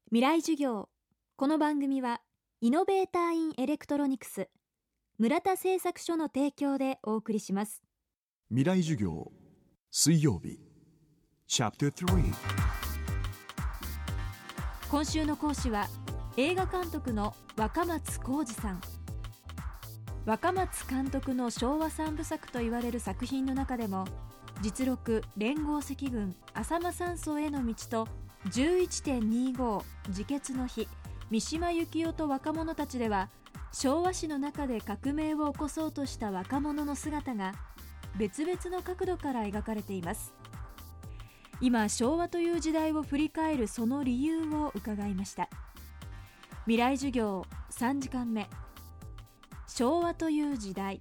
未来授業。この番組はイノベーターインエレクトロニクス村田製作所の提供でお送りします。 未来授業水曜日チャプター3。 今週の講師は映画監督の若松浩二さん。若松監督の昭和三部作と言われる作品の中でも、実録連合赤軍浅間山荘への道と 11.25 自決の日、三島由紀夫と若者たちでは、昭和史の中で革命を起こそうとした若者の姿が別々の角度から描かれています。今昭和という時代を振り返るその理由を伺いました。未来授業3時間目、昭和という時代。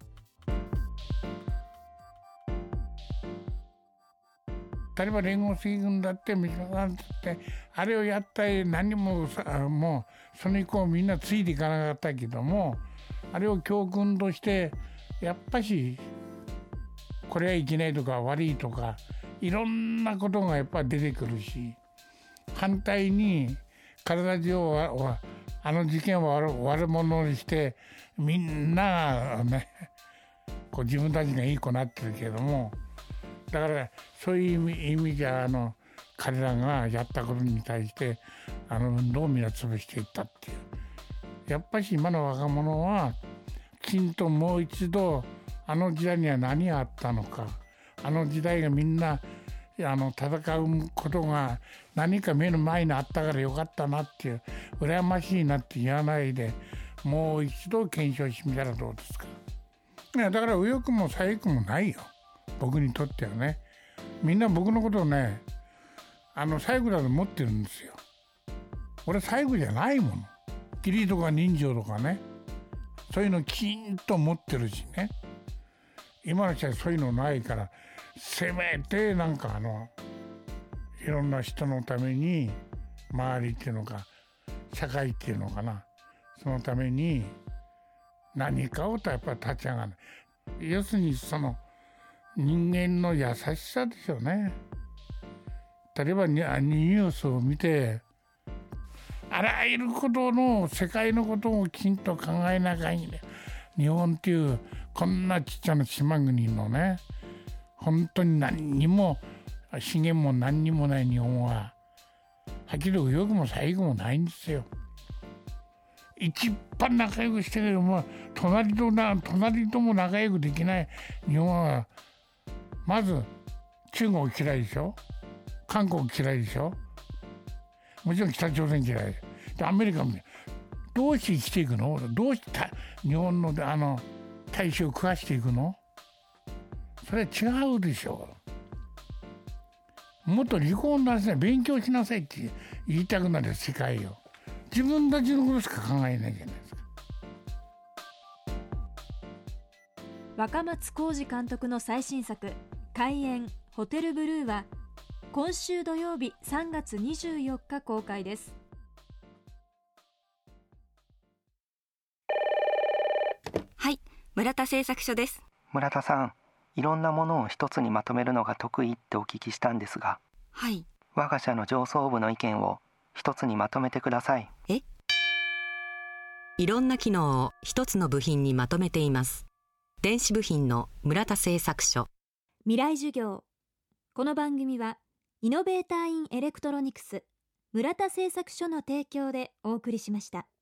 例えば連合赤軍だって三島さんだってあれをやったり何ももうその以降みんなついていかなかったけども、あれを教訓としてやっぱしこれはいけないとか悪いとかいろんなことがやっぱ出てくるし、反対に体上はあの事件を悪者にしてみんなねこう自分たちがいい子になってるけども、だからそういう意味じゃ彼らがやったことに対して運動をみんな潰していったっていう。やっぱり今の若者はきちんともう一度あの時代には何があったのか、あの時代がみんな戦うことが何か目の前にあったからよかったなっていう、羨ましいなって言わないでもう一度検証してみたらどうですか。いやだから右翼も左翼もないよ、僕にとってはね。みんな僕のことをね最後だと思ってるんですよ。俺最後じゃないもの。義理とか人情とかね、そういうのきちんと持ってるしね。今の人はそういうのないから、せめていろんな人のために周りっていうのか社会っていうのかな、そのために何かをやっぱり立ち上がる。要するにその人間の優しさですよね。例えばニュースを見てあらゆることの世界のことをきちんと考えながらね、日本っていうこんなちっちゃな島国のね、本当に何にも資源も何にもない日本ははっきり右翼も左翼もないんですよ。一番仲良くしてるけども隣とも仲良くできない日本は、まず中国嫌いでしょ、韓国嫌いでしょ、もちろん北朝鮮嫌いで、アメリカもどうして生きていくの、どうして日本の大衆を食わしていくの、それは違うでしょう。もっと離婚なさい、勉強しなさいって言いたくなる世界を。自分たちのことしか考えないじゃないですか。 若松浩二監督の最新作開演ホテルブルーは今週土曜日3月24日公開です。 はい、村田製作所です。 村田さん、いろんなものを一つにまとめるのが得意ってお聞きしたんですが、 はい。 我が社の上層部の意見を一つにまとめてください。 いろんな機能を一つの部品にまとめています。電子部品の村田製作所。 未来授業。この番組はイノベーターインエレクトロニクス村田製作所の提供でお送りしました。